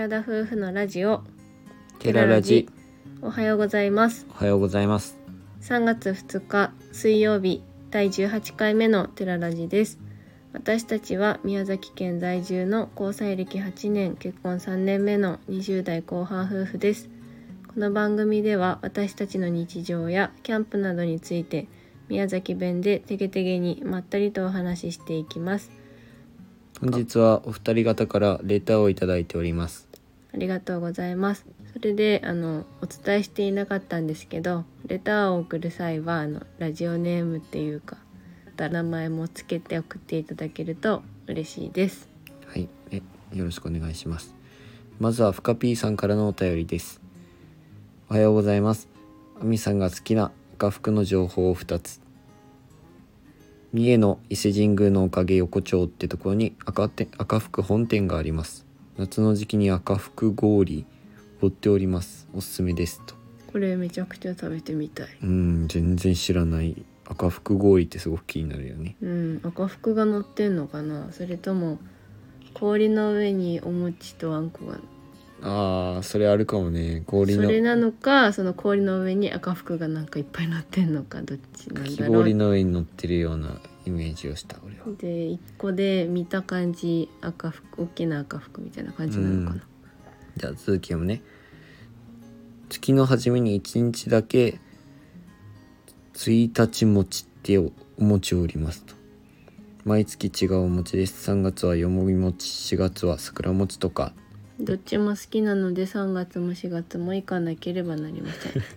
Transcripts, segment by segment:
寺田夫婦のラジオテララジ。 おはようございます。 おはようございます。 3月2日水曜日第18回目のテララジです。私たちは宮崎県在住の交際歴8年結婚3年目の20代後半夫婦です。この番組では私たちの日常やキャンプなどについて宮崎弁でてげてげにまったりとお話ししていきます。 本日はお二人方からレターをいただいております。 ありがとうございます。それでお伝えしていなかったんですけど、レターを送る際はラジオネームっていうか名前もつけて送っていただけると嬉しいです。 はい、よろしくお願いします。まずはふかぴーさんからのお便りです。おはようございます。あみさんが好きな赤福の情報を2つ。三重の伊勢神宮のおかげ横丁ってところに赤福本店があります。夏の時期に赤福氷売っております。おすすめですと。 これめちゃくちゃ食べてみたい。 全然知らない。赤福氷ってすごく気になるよね。 赤福が乗ってんのかな、それとも氷の上にお餅とあんこが、 それあるかもね。氷のそれなのか、その氷の上に赤福がなんかいっぱい乗ってんのか、どっちなんだろう。 かき氷の上に乗ってるようなイメージをした俺は。 で1個で見た感じ赤福、大きな赤福みたいな感じなのかな。 じゃあ続き読むね。月の初めに1日だけ1日餅ってお餅を売りますと。毎月違うお餅です。3月はよもぎ餅、4月は桜餅とか。 どっちも好きなので3月も4月も行かなければなりません。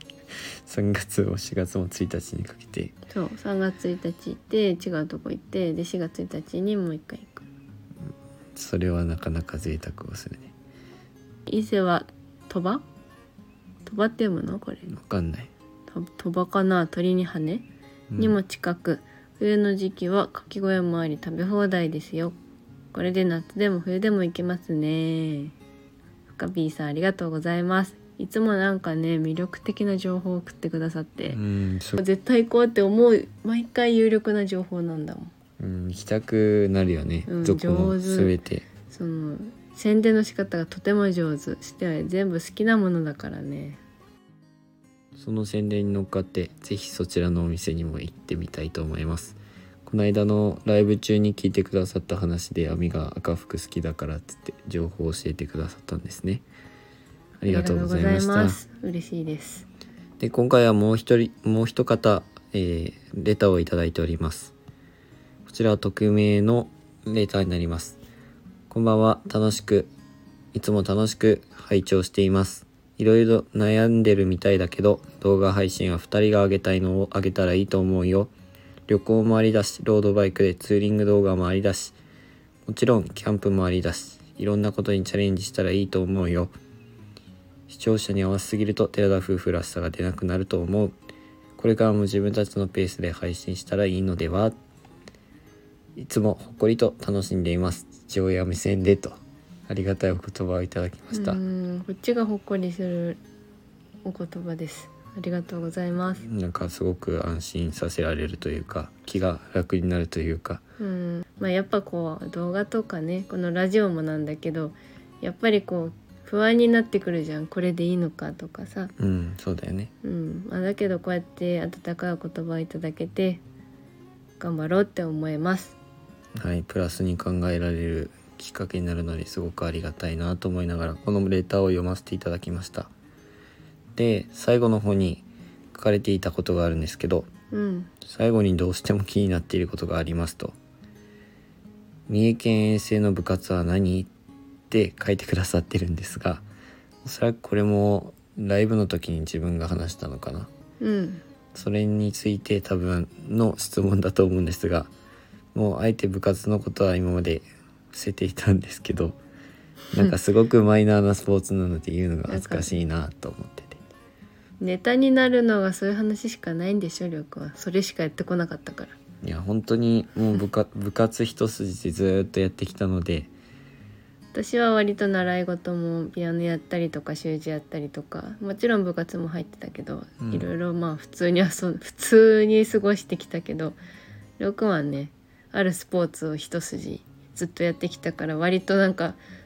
3月も4月も1日にかけて。 そう、3月1日行って違うとこ行って、で4月1日にもう一回行く。 それはなかなか贅沢をするね。 伊勢は鳥羽って読むのこれ。 わかんない。 鳥羽かな。鳥に羽、にも近く、冬の時期はかき小屋もあり食べ放題ですよ。これで夏でも冬でも行けますね。ふかぴーさんありがとうございます。いつもなんかね、魅力的な情報を送ってくださって、絶対行こうって思う、毎回有力な情報なんだもん。 行きたくなるよね。どこも全てその宣伝の仕方がとても上手しては全部好きなものだからね。 その宣伝に乗っかってぜひそちらのお店にも行ってみたいと思います。この間のライブ中に聞いてくださった話で、アミが赤福好きだからっつって情報を教えてくださったんですね。ありがとうございました。 嬉しいです。 で、今回はもう一方、レターをいただいております。こちらは匿名のレターになります。こんばんは。いつも楽しく拝聴しています。いろいろ悩んでるみたいだけど、動画配信は2人が上げたいのを上げたらいいと思うよ。旅行もありだし、ロードバイクでツーリング動画もありだし、もちろんキャンプもありだし、いろんなことにチャレンジしたらいいと思うよ。視聴者に合わせすぎると寺田夫婦らしさが出なくなると思う。これからも自分たちのペースで配信したらいいのでは。いつもほっこりと楽しんでいます。父親目線でと。ありがたいお言葉をいただきました。 こっちがほっこりするお言葉です。ありがとうございます。 なんかすごく安心させられるというか、気が楽になるというか。 やっぱこう動画とかね、このラジオもなんだけど、やっぱりこう不安になってくるじゃん。これでいいのかとかさ。 そうだよね。 だけどこうやって温かい言葉をいただけて頑張ろうって思います。 はい、プラスに考えられるきっかけになるのですごくありがたいなと思いながらこのレターを読ませていただきました。で、最後の方に書かれていたことがあるんですけど、最後にどうしても気になっていることがありますと。三重県遠征の部活は何って書いてくださってるんですが、おそらくこれもライブの時に自分が話したのかな。それについて多分の質問だと思うんですが、もうあえて部活のことは今まで伏せていたんですけど、なんかすごくマイナーなスポーツなので言うのが恥ずかしいなと思ってて。 ネタになるのがそういう話しかないんでしょ、りょうくんは。それしかやってこなかったから。 いや本当にもう部活一筋でずっとやってきたので、 私は割と習い事もピアノやったりとか習字やったりとか、もちろん部活も入ってたけど、いろいろ普通に過ごしてきたけど、りょうくんはね、あるスポーツを一筋ずっとやってきたから、割となんか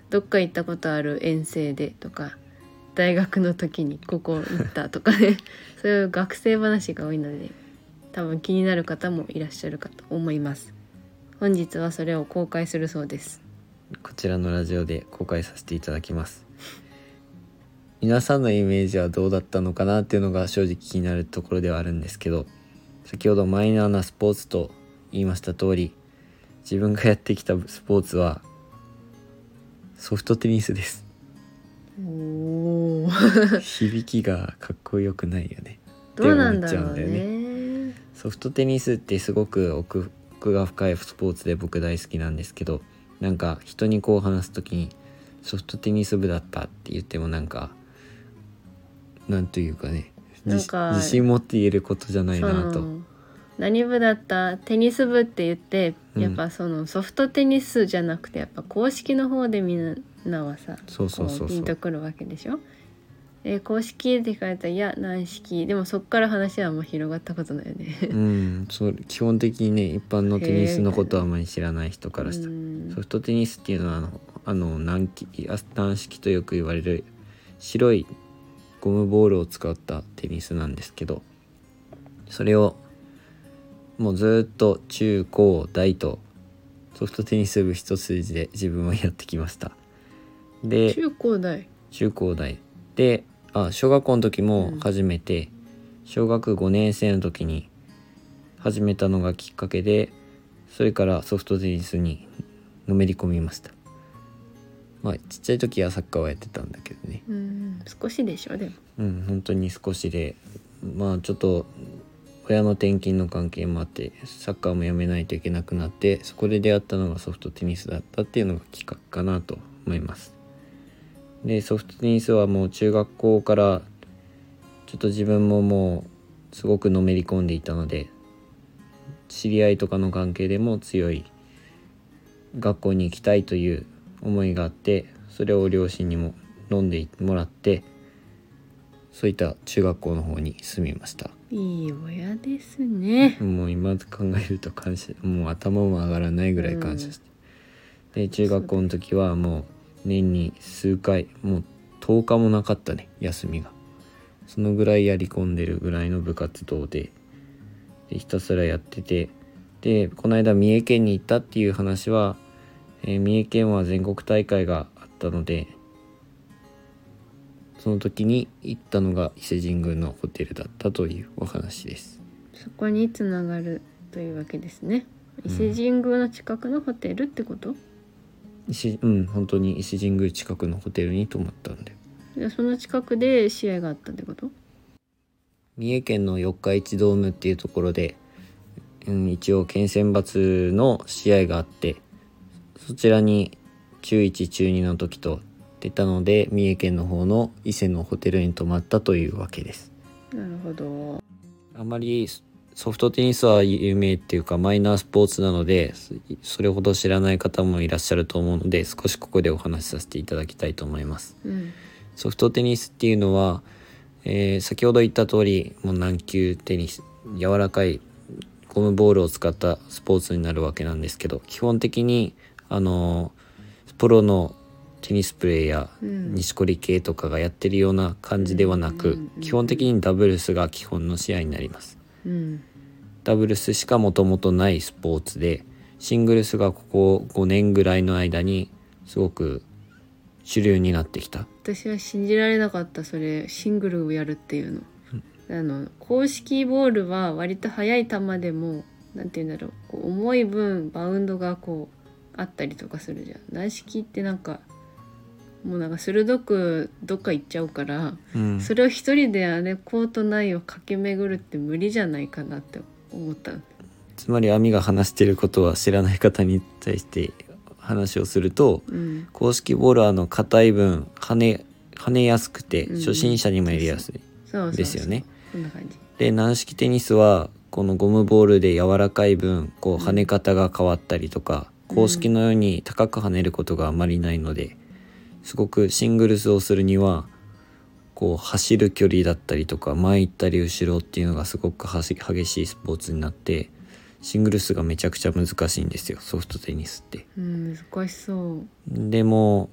どっか行ったことある遠征でとか、大学の時にここ行ったとかねそういう学生話が多いので、多分気になる方もいらっしゃるかと思います。本日はそれを公開するそうです。 こちらのラジオで公開させていただきます。皆さんのイメージはどうだったのかなっていうのが正直気になるところではあるんですけど、先ほどマイナーなスポーツと言いました通り、自分がやってきたスポーツはソフトテニスです。 おー響きがかっこよくないよねどうなんだろうって思っちゃうんだよね。 ソフトテニスってすごく奥が深いスポーツで僕大好きなんですけど、なんか人にこう話すときにソフトテニス部だったって言ってもなんというかね、 なんか自信持って言えることじゃないなと。 何部だった？テニス部って言って、 うんやっぱそのソフトテニスじゃなくてやっぱ公式の方でみんなはさ、 そうこうピンとくるわけでしょ。公式って聞かれたらいや軟式、でもそっから話はもう広がったことないよねそう基本的にね、一般のテニスのことはあまり知らない人からしたらソフトテニスっていうのは軟式とよく言われる白いゴムボールを使ったテニスなんですけど、それをもうずっと中高大とソフトテニス部一筋で自分はやってきました。で中高大で小学校の時も初めて、小学5年生の時に始めたのがきっかけで、それからソフトテニスにのめり込みました。ちっちゃい時はサッカーをやってたんだけどね。 少しでしょでも。 本当に少しで、ちょっと親の転勤の関係もあってサッカーもやめないといけなくなって、そこで出会ったのがソフトテニスだったっていうのがきっかけかなと思います。でソフトテニスはもう中学校からちょっと自分ももうすごくのめり込んでいたので、知り合いとかの関係でも強い学校に行きたいという思いがあって、それを両親にも飲んでもらって、そういった中学校の方に住みました。 いい親ですね。 もう今考えると感謝、もう頭も上がらないぐらい感謝して、で中学校の時はもう年に数回、もう10日もなかったね、休みが。そのぐらいやり込んでるぐらいの部活動でひたすらやってて、でこの間三重県に行ったっていう話は、三重県は全国大会があったので、その時に行ったのが伊勢神宮のホテルだったというお話です。 そこにつながるというわけですね。伊勢神宮の近くのホテルってこと？ 本当に伊勢神宮近くのホテルに泊まったんで。 その近くで試合があったってこと？ 三重県の四日市ドームっていうところで、一応県選抜の試合があって、そちらに中1中2の時と出たので、三重県の方の伊勢のホテルに泊まったというわけです。 なるほど。 あまりソフトテニスは有名っていうかマイナースポーツなので、それほど知らない方もいらっしゃると思うので、少しここでお話しさせていただきたいと思います。ソフトテニスっていうのは、先ほど言った通り、もう軟球テニス、柔らかいゴムボールを使ったスポーツになるわけなんですけど、基本的にプロのテニスプレーヤー、錦織圭とかがやってるような感じではなく、基本的にダブルスが基本の試合になります。ダブルスしかもともとないスポーツで、シングルスがここ5年ぐらいの間にすごく主流になってきた。 私は信じられなかった、それシングルをやるっていうの。公式ボールは割と速い球でもなんていうんだろう、こう重い分バウンドがこうあったりとかするじゃん。軟式ってなんかもうなんか鋭くどっか行っちゃうから、それを一人であれコート内を駆け巡るって無理じゃないかなって思った。 つまり網が話していることは知らない方に対して話をすると、公式ボールは硬い分跳ねやすくて、初心者にもやりやすいですよね。 こんな感じで軟式テニスはこのゴムボールで柔らかい分こう跳ね方が変わったりとか、公式のように高く跳ねることがあまりないので、すごくシングルスをするにはこう走る距離だったりとか前行ったり後ろっていうのがすごく激しいスポーツになって、シングルスがめちゃくちゃ難しいんですよ、ソフトテニスって。 難しそう。 でも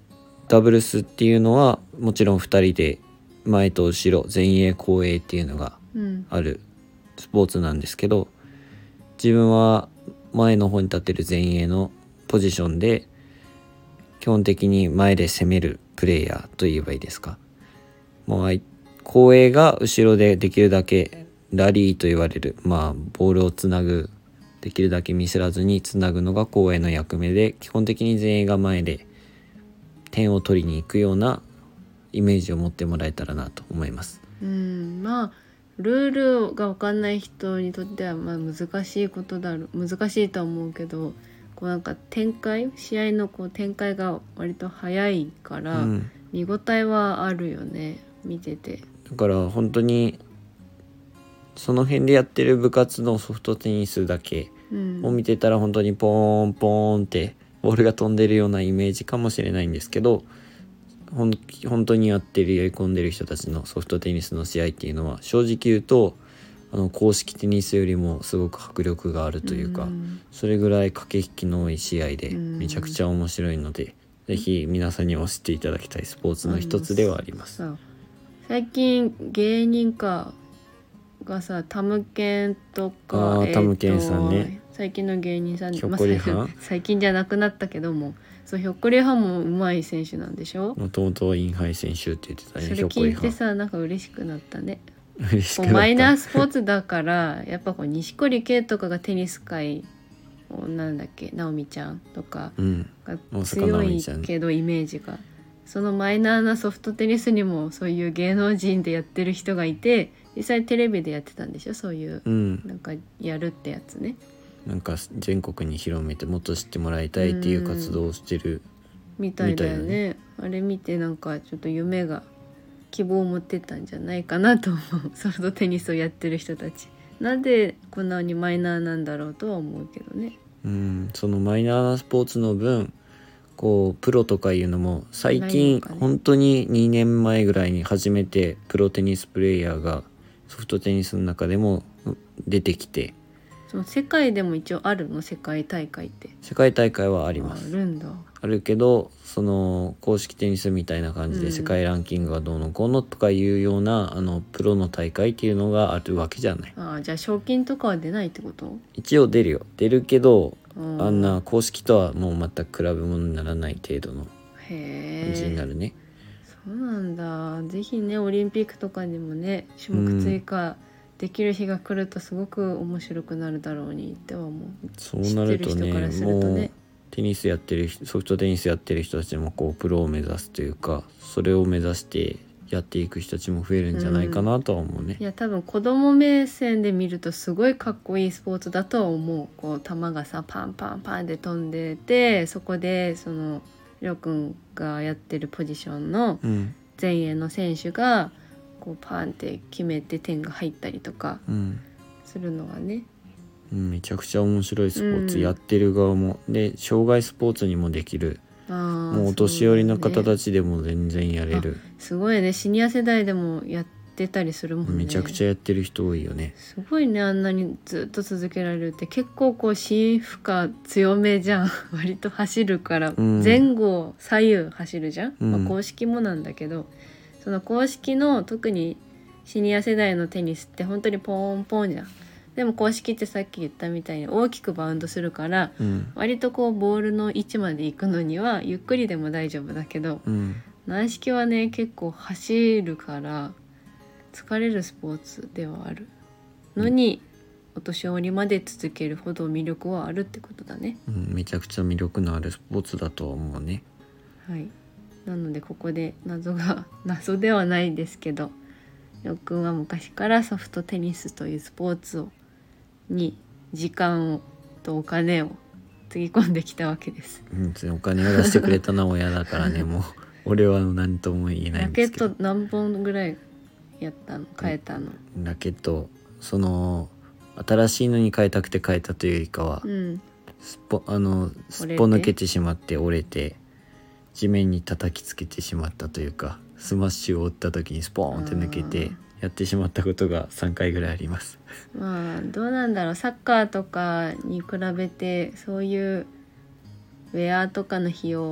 ダブルスっていうのはもちろん2人で前と後ろ前衛後衛っていうのがうんあるスポーツなんですけど、自分は前の方に立ってる前衛のポジションで基本的に前で攻めるプレイヤーと言えばいいですか。もう後衛が後ろでできるだけラリーと言われる、ボールをつなぐ、できるだけミスらずにつなぐのが後衛の役目で、基本的に前衛が前で点を取りに行くようなイメージを持ってもらえたらなと思います。 ルールが分かんない人にとっては難しい難しいとは思うけど、こうなんか試合のこう展開が割と早いから、見応えはあるよね、見てて。 だから本当にその辺でやってる部活のソフトテニスだけを見てたら本当にポーンポーンってボールが飛んでるようなイメージかもしれないんですけど、本当にやってるやり込んでる人たちのソフトテニスの試合っていうのは正直言うと公式テニスよりもすごく迫力があるというか、それぐらい駆け引きの多い試合でめちゃくちゃ面白いので、ぜひ皆さんにも知っていただきたいスポーツの一つではあります。 最近芸人がさ、タムケンとか、 タムケンさんね、 最近の芸人さん、 ひょっこりはん、 最近じゃなくなったけども、そうひょっこりはんも上手い選手なんでしょ。 もともとインハイ選手って言ってたね。 それ聞いてさ、なんか嬉しくなったね。 嬉しくなった。 マイナースポーツだからやっぱ錦織圭とかがテニス界なんだっけ、直美ちゃんとかが強いけど、イメージがそのマイナーなソフトテニスにもそういう芸能人でやってる人がいて、実際テレビでやってたんでしょ、そういう、なんかやるってやつね。 なんか全国に広めてもっと知ってもらいたいっていう活動をしてるみたいだよね。あれ見てなんかちょっと希望を持ってたんじゃないかなと思う。ソフトテニスをやってる人たち、なんでこんなにマイナーなんだろうとは思うけどね。 そのマイナーなスポーツの分こうプロとかいうのも最近、本当に2年前ぐらいに初めてプロテニスプレイヤーがソフトテニスの中でも出てきて、 その世界でも一応あるの、世界大会って。 世界大会はあります。 あるんだ。 あるけど、その公式テニスみたいな感じで世界ランキングがどうのこうのとかいうような、プロの大会っていうのがあるわけじゃない。 じゃあ賞金とかは出ないってこと？ 一応出るけど、あんな公式とはもう全く比べ物にならない程度の感じになるね。 そうなんだ。ぜひね、オリンピックとかにもね、種目追加できる日が来るとすごく面白くなるだろうにっては思う。 そうなるとね、もうテニスやってるソフトテニスやってる人たちもこうプロを目指すというか、それを目指してやっていく人たちも増えるんじゃないかなとは思うね。 いや多分子供目線で見るとすごいかっこいいスポーツだとは思う。こう球がさパンパンパンで飛んでて、そこでそのりょうくんがやってるポジションの前衛の選手がこうパンって決めて点が入ったりとかするのがね、 めちゃくちゃ面白いスポーツ、やってる側もで障害スポーツにもできる。もうお年寄りの方たちでも全然やれる。 すごいね、シニア世代でもやってたりするもんね。 めちゃくちゃやってる人多いよね。 すごいね、あんなにずっと続けられるって結構こう心負荷強めじゃん。割と走るから、前後左右走るじゃん、公式もなんだけど、その公式の特にシニア世代のテニスって本当にポンポンじゃん。でも公式ってさっき言ったみたいに大きくバウンドするから、割とこうボールの位置まで行くのにはゆっくりでも大丈夫だけど、軟式はね結構走るから疲れるスポーツではあるのに、お年寄りまで続けるほど魅力はあるってことだね。 めちゃくちゃ魅力のあるスポーツだと思うね。 はい。なのでここで謎ではないですけど、りょうくんは昔からソフトテニスというスポーツに時間をとお金をつぎ込んできたわけです。 お金を出してくれたのは親だからね。もう俺は何とも言えないんですけど。 ラケット何本ぐらい変えたの？ ラケットその新しいのに変えたくて変えたというよりかは、すっぽ抜けてしまって折れて地面に叩きつけてしまったというか、スマッシュを打った時にスポーンって抜けてやってしまったことが3回ぐらいあります。 どうなんだろう、サッカーとかに比べてそういうウェアとかの費用は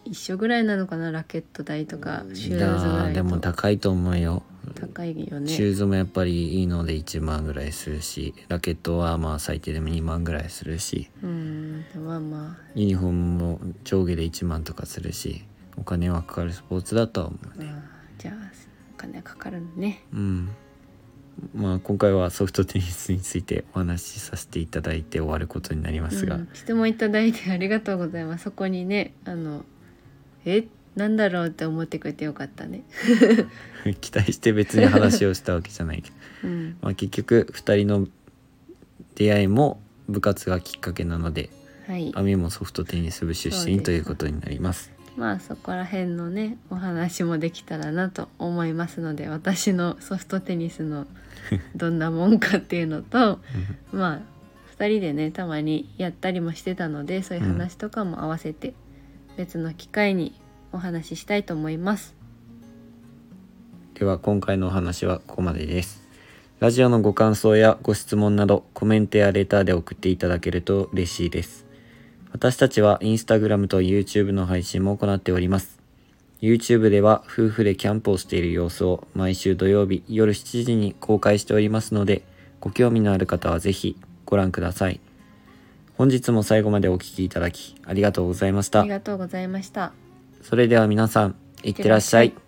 一緒ぐらいなのかな、ラケット代とかシューズいや代と。 でも高いと思うよ。 高いよね。 シューズもやっぱりいいので1万ぐらいするし、ラケットはまあ最低でも2万ぐらいするし、 まあユニフォームも上下で1万とかするし、お金はかかるスポーツだとは思うね。 じゃあお金かかるのね。 まあ今回はソフトテニスについてお話しさせていただいて終わることになりますが、 質問いただいてありがとうございます。そこにねなんだろうって思ってくれてよかったね。 期待して別に話をしたわけじゃないけど、まあ、結局2人の出会いも部活がきっかけなので、アミもソフトテニス部出身ということになります。 まあそこら辺のねお話もできたらなと思いますので、私のソフトテニスのどんなもんかっていうのとまあ2人でねたまにやったりもしてたので、そういう話とかも合わせて別の機会にお話ししたいと思います。 では今回のお話はここまでです。ラジオのご感想やご質問などコメントやレターで送っていただけると嬉しいです。私たちはインスタグラムと YouTube の配信も行っております。YouTube では夫婦でキャンプをしている様子を毎週土曜日夜7時に公開しておりますので、ご興味のある方はぜひご覧ください。本日も最後までお聞きいただきありがとうございました。 ありがとうございました。 それでは皆さん、いってらっしゃい。